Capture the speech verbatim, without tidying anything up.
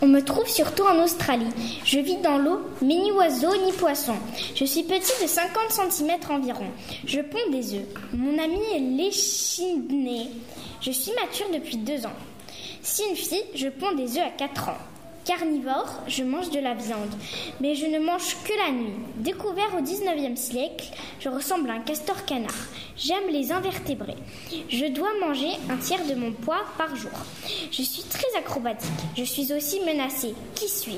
On me trouve surtout en Australie. Je vis dans l'eau, mais ni oiseau ni poisson. Je suis petit de cinquante centimètres environ. Je ponds des œufs. Mon ami est l'échidné. Je suis mature depuis deux ans. Si une fille, je ponds des œufs à quatre ans. Carnivore, je mange de la viande, mais je ne mange que la nuit. Découvert au dix-neuvième siècle, je ressemble à un castor-canard. J'aime les invertébrés. Je dois manger un tiers de mon poids par jour. Je suis très acrobatique. Je suis aussi menacée. Qui suis-je ?